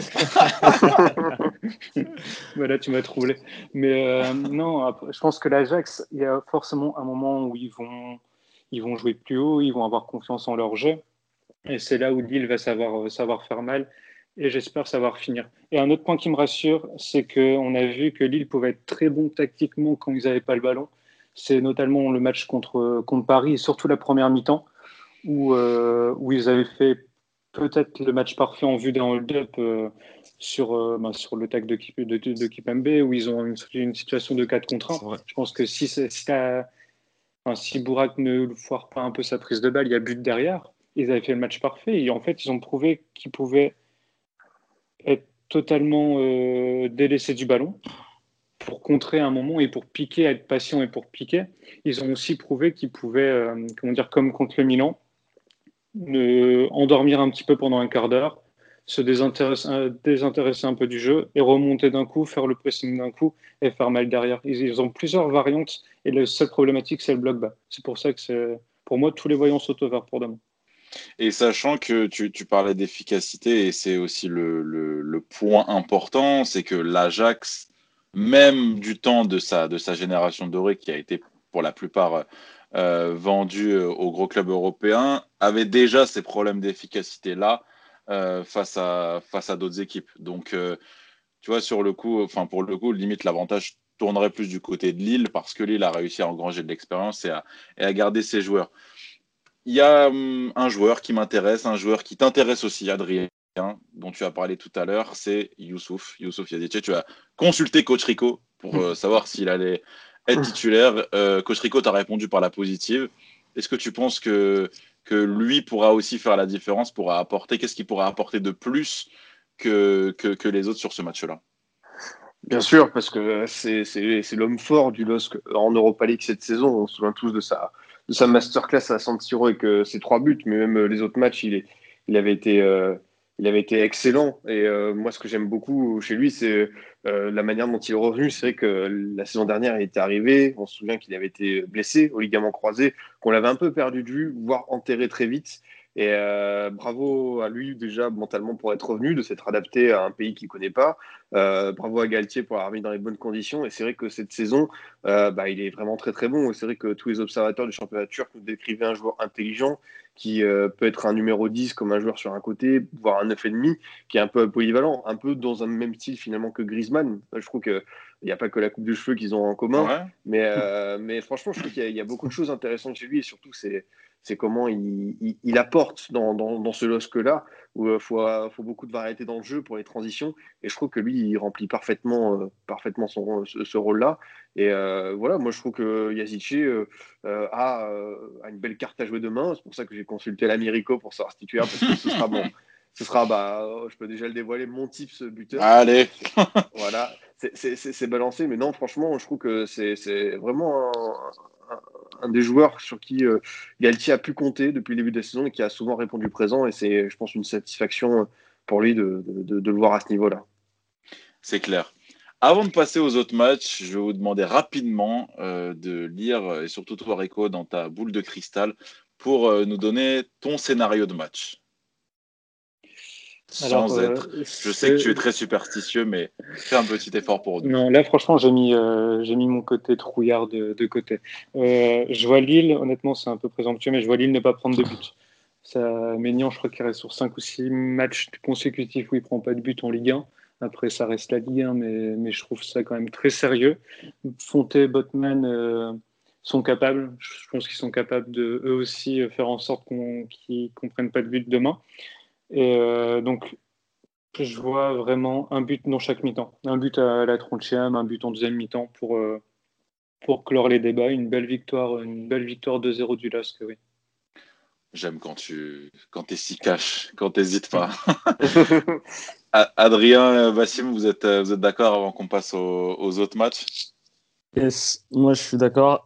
Voilà, tu m'as troublé. Mais non, après, je pense que l'Ajax, il y a forcément un moment où ils vont jouer plus haut, ils vont avoir confiance en leur jeu. Et c'est là où Lille va savoir faire mal. Et j'espère savoir finir. Et un autre point qui me rassure, c'est qu'on a vu que Lille pouvait être très bon tactiquement quand ils n'avaient pas le ballon. C'est notamment le match contre Paris, et surtout la première mi-temps où ils avaient fait peut-être le match parfait en vue d'un hold-up sur le tag de Kipembe, où ils ont une situation de 4 contre 1. Je pense que si Bourak ne foire pas un peu sa prise de balle, il y a but derrière. Ils avaient fait le match parfait et en fait, ils ont prouvé qu'ils pouvaient être totalement délaissés du ballon pour contrer un moment et pour piquer, être patient et pour piquer. Ils ont aussi prouvé qu'ils pouvaient, comme contre le Milan, endormir un petit peu pendant un quart d'heure, se désintéresser un peu du jeu et remonter d'un coup, faire le pressing d'un coup et faire mal derrière. Ils ont plusieurs variantes et la seule problématique, c'est le bloc bas. C'est pour ça que pour moi, tous les voyants sautent au vert pour demain. Et sachant que tu parlais d'efficacité, et c'est aussi le point important, c'est que l'Ajax, même du temps de sa génération dorée, qui a été pour la plupart vendue aux gros clubs européens, avait déjà ces problèmes d'efficacité-là face à d'autres équipes. Donc, tu vois, pour le coup, limite, l'avantage tournerait plus du côté de Lille, parce que Lille a réussi à engranger de l'expérience et à garder ses joueurs. Il y a un joueur qui m'intéresse, un joueur qui t'intéresse aussi, Adrien, dont tu as parlé tout à l'heure, c'est Youssouf Yazidje. Tu as consulté Coach Rico pour savoir s'il allait être titulaire. Coach Rico t'a répondu par la positive. Est-ce que tu penses que lui pourra aussi faire la différence, pourra apporter, qu'est-ce qu'il pourra apporter de plus que les autres sur ce match-là? Bien sûr, parce que c'est l'homme fort du LOSC en Europa League cette saison. On se souvient tous de sa masterclass à San Siro avec ses 3 buts, mais même les autres matchs, il avait été excellent. Et moi, ce que j'aime beaucoup chez lui, c'est la manière dont il est revenu. C'est vrai que la saison dernière, il était arrivé. On se souvient qu'il avait été blessé au ligament croisé, qu'on l'avait un peu perdu de vue, voire enterré très vite. Et bravo à lui déjà mentalement pour être revenu, de s'être adapté à un pays qu'il ne connaît pas. Bravo à Galtier pour l'avoir mis dans les bonnes conditions. Et c'est vrai que cette saison, il est vraiment très très bon. Et c'est vrai que tous les observateurs du championnat turc nous décrivaient un joueur intelligent qui peut être un numéro 10 comme un joueur sur un côté, voire un 9,5, qui est un peu polyvalent, un peu dans un même style finalement que Griezmann. Je trouve qu'il n'y a pas que la coupe de cheveux qu'ils ont en commun. Ouais. Mais franchement, je trouve qu'il y a beaucoup de choses intéressantes chez lui et surtout, c'est comment il apporte dans ce LOSC-là, où il faut beaucoup de variété dans le jeu pour les transitions. Et je trouve que lui, il remplit parfaitement ce rôle-là. Et voilà, moi, je trouve que Yazidje a une belle carte à jouer demain. C'est pour ça que j'ai consulté l'Américo pour savoir si titulaire, parce que ce sera bon. Ce sera, je peux déjà le dévoiler, mon type, ce buteur. Allez. Voilà, c'est balancé. Mais non, franchement, je trouve que c'est vraiment un des joueurs sur qui Galtier a pu compter depuis le début de la saison et qui a souvent répondu présent. Et c'est, je pense, une satisfaction pour lui de le voir à ce niveau-là. C'est clair. Avant de passer aux autres matchs, je vais vous demander rapidement de lire, et surtout toi, Rico, dans ta boule de cristal, pour nous donner ton scénario de match. Alors, je sais que tu es très superstitieux, mais fais un petit effort pour nous. Non, là, franchement, j'ai mis mon côté trouillard de côté. Je vois Lille, honnêtement, c'est un peu présomptueux, mais je vois Lille ne pas prendre de but. Maignan, je crois qu'il reste sur 5 ou 6 matchs consécutifs où il ne prend pas de but en Ligue 1. Après, ça reste la Ligue 1, mais je trouve ça quand même très sérieux. Fonté, Botman, sont capables. Je pense qu'ils sont capables de eux aussi faire en sorte qu'ils ne prennent pas de but demain. Et donc, je vois vraiment un but dans chaque mi-temps. Un but à la 30e, un but en deuxième mi-temps pour clore les débats. Une belle victoire 2-0 du LOSC, oui. J'aime quand t'es si cash, quand t'hésites pas. Adrien, Bassim, vous êtes d'accord avant qu'on passe aux autres matchs? Yes, moi je suis d'accord.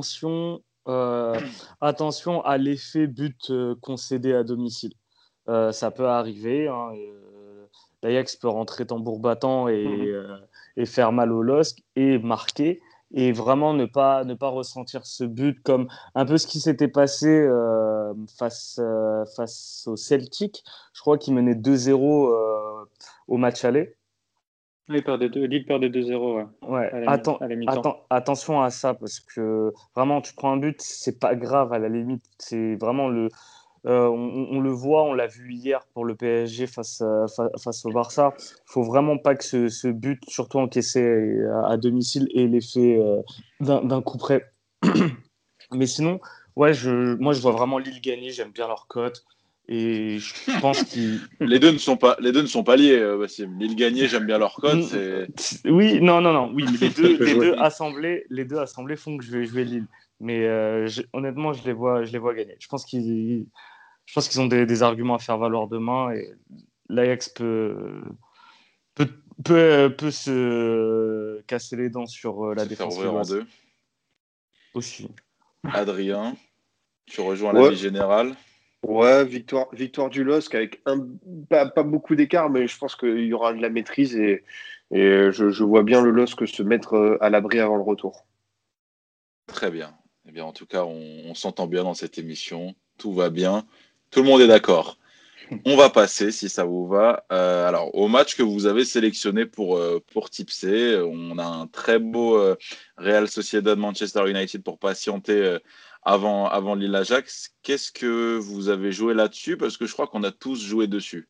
Attention à l'effet but concédé à domicile. Ça peut arriver. Hein, l'Ajax peut rentrer tambour battant et faire mal au LOSC et marquer. Et vraiment ne pas ressentir ce but comme un peu ce qui s'était passé face au Celtic. Je crois qu'il menait 2-0 au match aller. Lille perdait 2-0 ouais, Ouais, à la mi-temps. attention à ça parce que vraiment, tu prends un but, c'est pas grave à la limite. C'est vraiment on le voit, on l'a vu hier pour le PSG face au Barça. Faut vraiment pas que ce but, surtout encaissé à domicile, ait l'effet d'un coup près. Mais sinon, ouais, moi je vois vraiment Lille gagner. J'aime bien leur cote et je pense qu'ils Les deux ne sont pas liés, Bassim. Lille gagner, j'aime bien leur cote. Oui, non, oui, mais peut jouer. les deux assemblés font que je vais jouer Lille. Mais honnêtement, je les vois gagner. Je pense qu'ils ont des arguments à faire valoir demain et l'Ajax peut, peut se casser les dents sur la Se faire défense ouvrir en lilloise deux. aussi. Adrien, tu rejoins Ouais. l'avis général? Ouais, victoire du LOSC avec pas beaucoup d'écart, mais je pense qu'il y aura de la maîtrise et je vois bien le LOSC se mettre à l'abri avant le retour. Très bien. Eh bien, en tout cas, on s'entend bien dans cette émission. Tout va bien. Tout le monde est d'accord. On va passer, si ça vous va, alors au match que vous avez sélectionné pour tipser. On a un très beau Real Sociedad Manchester United pour patienter avant Lille-Ajax. Qu'est-ce que vous avez joué là-dessus? Parce que je crois qu'on a tous joué dessus.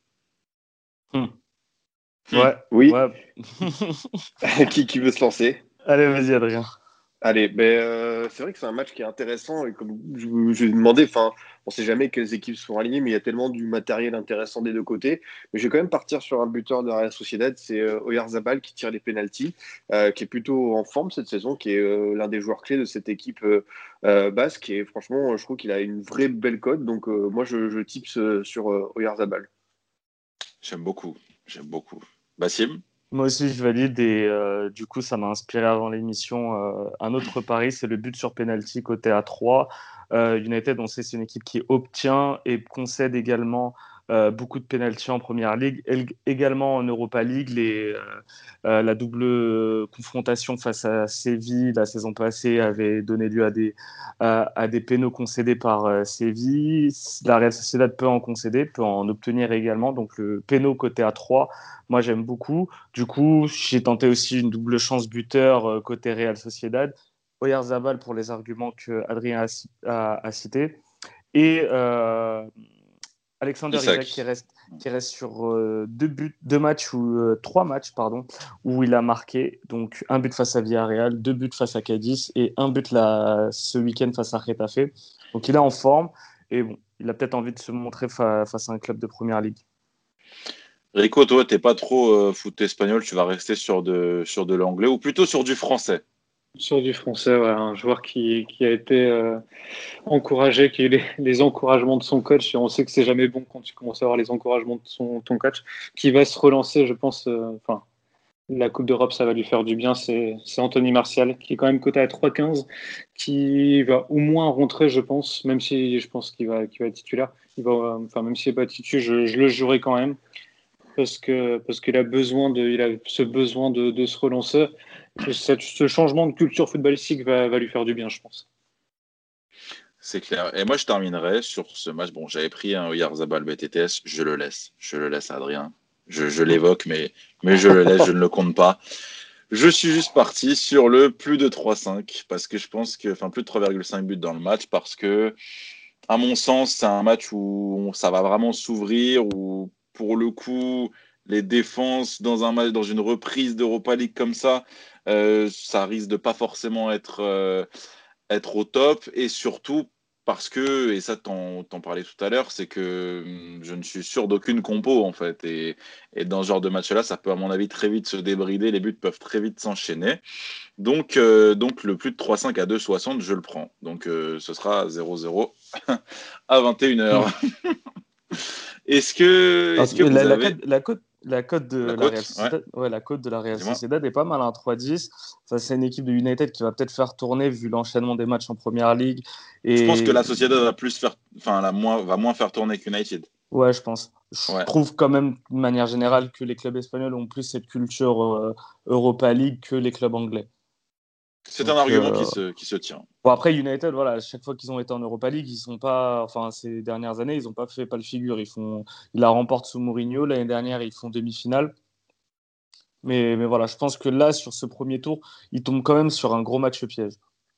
Ouais, Oui, ouais. qui veut se lancer? Allez, vas-y, Adrien. Allez, c'est vrai que c'est un match qui est intéressant et comme je demandais, enfin, on sait jamais quelles équipes sont alignées, mais il y a tellement du matériel intéressant des deux côtés. Mais je vais quand même partir sur un buteur de la Real Sociedad, c'est Oyarzabal qui tire les pénaltys, qui est plutôt en forme cette saison, qui est l'un des joueurs clés de cette équipe basque. Et franchement, je trouve qu'il a une vraie belle cote, donc moi je tips sur Oyarzabal. J'aime beaucoup. J'aime beaucoup. Bassim? Moi aussi, je valide et du coup, ça m'a inspiré avant l'émission un autre pari, c'est le but sur penalty côté A3. United, on sait, c'est une équipe qui obtient et concède également beaucoup de penalty en Première Ligue, également en Europa League. La double confrontation face à Séville la saison passée avait donné lieu à des pénaux concédés par Séville. La Real Sociedad peut en concéder, peut en obtenir également. Donc le pénaux côté A3, moi j'aime beaucoup. Du coup, j'ai tenté aussi une double chance buteur côté Real Sociedad. Oyarzabal pour les arguments que Adrien a cités. Et Alexander Isak qui reste sur trois matchs, pardon, où il a marqué. Donc un but face à Villarreal, 2 buts face à Cadiz et un but ce week-end face à Getafe. Donc il est en forme et bon, il a peut-être envie de se montrer face à un club de première ligue. Rico, toi, t'es pas trop foot espagnol, tu vas rester sur de l'anglais ou plutôt sur du français. Sur du français, ouais, un joueur qui a été encouragé, qui a eu les encouragements de son coach. Et on sait que c'est jamais bon quand tu commences à avoir les encouragements de ton coach, qui va se relancer, je pense. Enfin, la Coupe d'Europe, ça va lui faire du bien. C'est Anthony Martial, qui est quand même coté à 3,15, qui va au moins rentrer, je pense, même si je pense qu'il va être titulaire. Enfin, même s'il n'est pas titulaire, je le jouerai quand même. Parce qu'il a il a ce besoin de se relancer. Et ce changement de culture footballistique va lui faire du bien, je pense. C'est clair. Et moi, je terminerai sur ce match. Bon, j'avais pris un Oyarzabal BTTS. Je le laisse. Je le laisse à Adrien. Je l'évoque, mais je le laisse. Je ne le compte pas. Je suis juste parti sur le plus de 3,5 parce que je pense que, enfin, plus de 3,5 buts dans le match parce que, à mon sens, c'est un match où ça va vraiment s'ouvrir, où pour le coup, les défenses dans un match, dans une reprise d'Europa League comme ça risque de pas forcément être au top, et surtout parce que, et ça t'en parlais tout à l'heure, c'est que je ne suis sûr d'aucune compo en fait, et dans ce genre de match-là, ça peut à mon avis très vite se débrider, les buts peuvent très vite s'enchaîner, donc le plus de 3,5 à 2,60, je le prends, donc ce sera 0-0 à 21h. Est-ce que vous avez... La cote de La la Real cote, ouais, Sociedad, ouais, la cote de la Real dis-moi. Sociedad est pas mal, hein, 3,10. Ça, c'est une équipe de United qui va peut-être faire tourner vu l'enchaînement des matchs en Première Ligue. Je pense que Et la Sociedad va plus faire, enfin, va moins faire tourner qu'United. ouais, je pense. Je Ouais. trouve quand même, de manière générale, que les clubs espagnols ont plus cette culture Europa League que les clubs anglais. C'est un Donc, argument qui se tient. bon, après, United, voilà, à chaque fois qu'ils ont été en Europa League, ils sont pas, enfin, ces dernières années, ils n'ont pas fait pas le figure. Ils la remportent sous Mourinho. L'année dernière, ils font demi-finale. Mais voilà, je pense que là, sur ce premier tour, ils tombent quand même sur un gros match piège.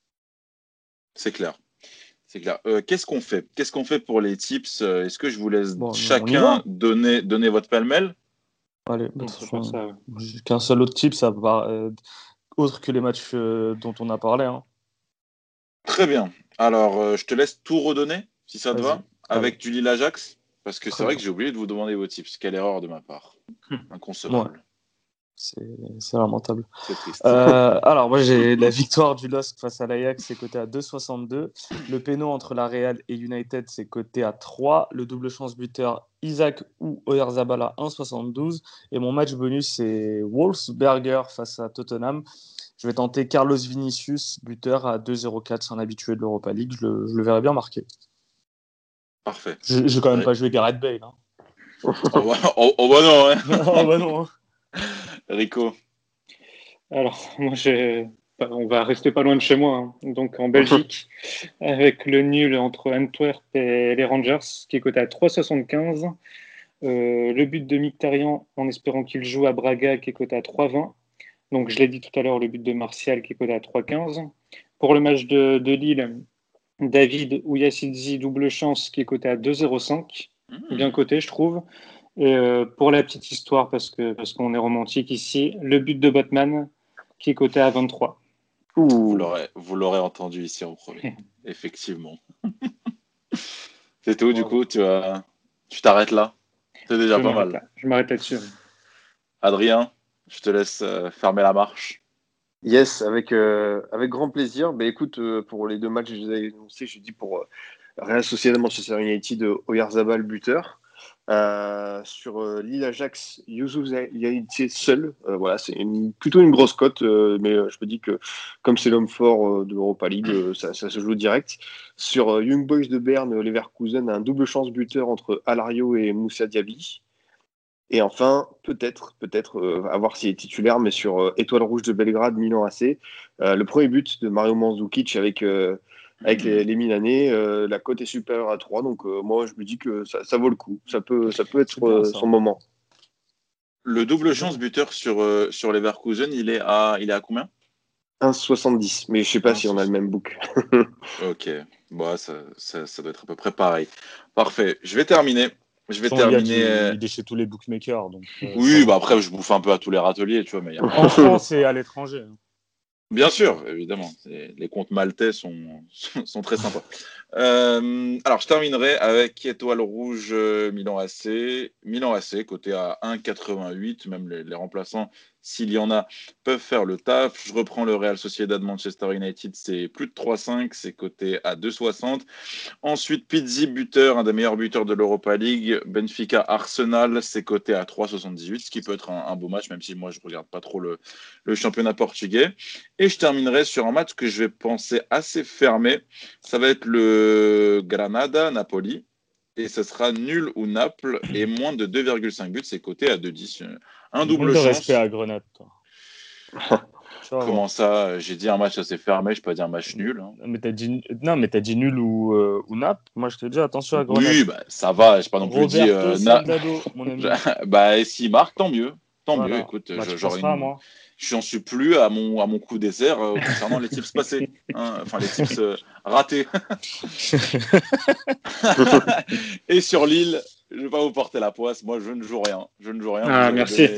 C'est clair. C'est clair. Qu'est-ce qu'on fait? Qu'est-ce qu'on fait pour les tips? Est-ce que je vous laisse Bon, on y chacun va. donner votre pêle-mêle? Allez, de On toute peut faire façon, ça. Ouais. j'ai qu'un seul autre type, ça va, autre que les matchs dont on a parlé, hein. Très bien. Alors, je te laisse tout redonner, si ça te Vas-y, va, allez, avec du Lille-Ajax, parce que c'est très vrai bien. que j'ai oublié de vous demander vos tips. Quelle erreur de ma part. Ouais, Inconcevable. c'est lamentable. C'est triste. Alors, moi, j'ai la victoire du LOSC face à l'Ajax, c'est coté à 2,62. Le péno entre la Real et United, c'est coté à 3. Le double chance buteur Isaac ou Oyarzabal à 1,72. Et mon match bonus, c'est Wolfsberger face à Tottenham. Je vais tenter Carlos Vinicius, buteur à 2,04. C'est un habitué de l'Europa League. Je le verrai bien marqué. Parfait. Je vais quand même pas jouer Gareth Bale, hein. Oh, bah non, hein. Oh, bah non, hein. Rico. Alors, on va rester pas loin de chez moi, hein. Donc en Belgique, avec le nul entre Antwerp et les Rangers, qui est coté à 3,75. Le but de Mkhitaryan, en espérant qu'il joue à Braga, qui est coté à 3,20. Donc je l'ai dit tout à l'heure, le but de Martial, qui est coté à 3,15. Pour le match de Lille, David Ouyacidzi, double chance, qui est coté à 2,05. Bien coté, je trouve. Et pour la petite histoire, parce qu'on est romantique ici, le but de Batman, qui est coté à 23. Vous l'aurez entendu ici en premier. Effectivement. C'est tout, du coup, tu t'arrêtes là. C'est déjà pas mal. Je m'arrête là-dessus. Adrien, je te laisse fermer la marche. Yes, avec grand plaisir. Bah, écoute, pour les deux matchs que je vous ai annoncés, je dis pour Real Sociedad Manchester United, Oyarzabal buteur. Sur Lille-Ajax, Youssouf Yaïtse seul. Voilà, c'est plutôt une grosse cote, mais je me dis que comme c'est l'homme fort de l'Europa League, ça se joue direct. Sur Young Boys de Berne, Leverkusen, un double chance buteur entre Alario et Moussa Diaby. Et enfin, peut-être, à voir s'il est titulaire, mais sur Étoile Rouge de Belgrade, Milan AC, le premier but de Mario Mandzukic avec les Milanais, la cote est supérieure à 3, donc moi je me dis que ça vaut le coup, ça peut être bien, ça. son moment. Le double chance buteur sur Leverkusen, il est à combien? 1,70, mais je sais pas si on a le même book. Ok, bon, ça doit être à peu près pareil. Parfait, je vais terminer. Il est chez tous les bookmakers. Donc, oui, bah après, je bouffe un peu à tous les râteliers, tu vois, mais en France et à l'étranger. Bien sûr, évidemment. Les comptes maltais sont très sympas. Alors, je terminerai avec Étoile Rouge Milan AC. Milan AC, coté à 1,88. Même les remplaçants, s'il y en a, peuvent faire le taf. Je reprends le Real Sociedad Manchester United. C'est plus de 3,5. C'est coté à 2,60. Ensuite, Pizzi, buteur, un des meilleurs buteurs de l'Europa League. Benfica Arsenal, c'est coté à 3,78. Ce qui peut être un beau match, même si moi, je ne regarde pas trop le championnat portugais. Et je terminerai sur un match que je vais penser assez fermé. Ça va être le Granada-Napoli. Et ce sera nul ou Naples et moins de 2,5 buts. C'est coté à 2,10. Un double chance. Respect à Grenade, toi. Comment ça? J'ai dit un match assez fermé, je peux pas dire un match nul. Hein. Mais t'as dit nul ou Naples. Moi, je te dis attention à Grenade. Oui, bah, ça va. Je pas non plus dit. Sandlado, mon ami. Bah, s'il marque, tant mieux. Tant Voilà. mieux. Écoute, Bah, moi. J'en suis plus à mon coup dessert concernant les tips passés. Hein. Enfin, les tips ratés. Et sur Lille, je vais pas vous porter la poisse. Moi, je ne joue rien. Ah, merci.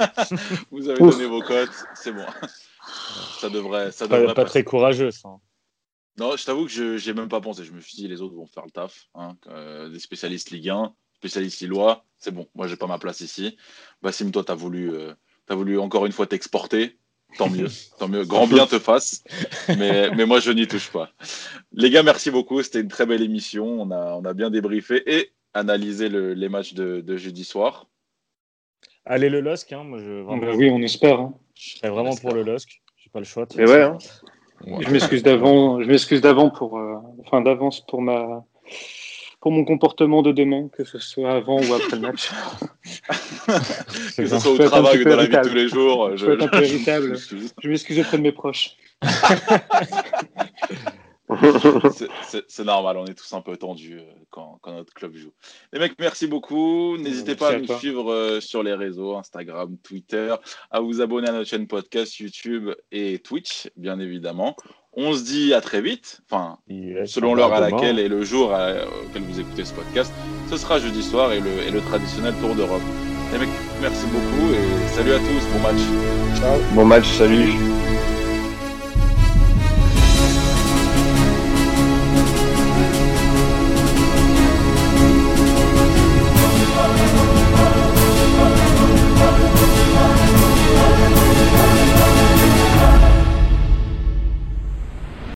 Vous avez donné vos cotes. C'est bon. Ça devrait pas très courageux, ça. Non, je t'avoue que j'ai même pas pensé. Je me suis dit, les autres vont faire le taf. Hein. Des spécialistes Ligue 1, spécialistes Lillois, c'est bon. Moi, j'ai pas ma place ici. Bassim, toi, t'as voulu encore une fois t'exporter. Tant mieux, tant mieux. Grand bien te fasse. Mais moi, je n'y touche pas. Les gars, merci beaucoup. C'était une très belle émission. On a bien débriefé et analysé les matchs de jeudi soir. Allez le LOSC, hein, moi Bah oui, on espère. Hein. je serais vraiment pour le LOSC. J'ai pas le choix. Mais ouais, hein. Je m'excuse d'avance pour mon comportement de demain, que ce soit avant ou après le match. Que ce soit au travail ou dans la vie de tous les jours. Je être un peu irritable. Je m'excuse auprès de mes proches. C'est normal, on est tous un peu tendus quand notre club joue. Les mecs, merci beaucoup. N'hésitez pas à nous suivre sur les réseaux, Instagram, Twitter, à vous abonner à notre chaîne podcast, YouTube et Twitch, bien évidemment. On se dit à très vite, enfin, selon l'heure à laquelle et le jour auquel vous écoutez ce podcast. Ce sera jeudi soir et le traditionnel Tour d'Europe. Les mecs, merci beaucoup et salut à tous, bon match. Ciao. Bon match, salut.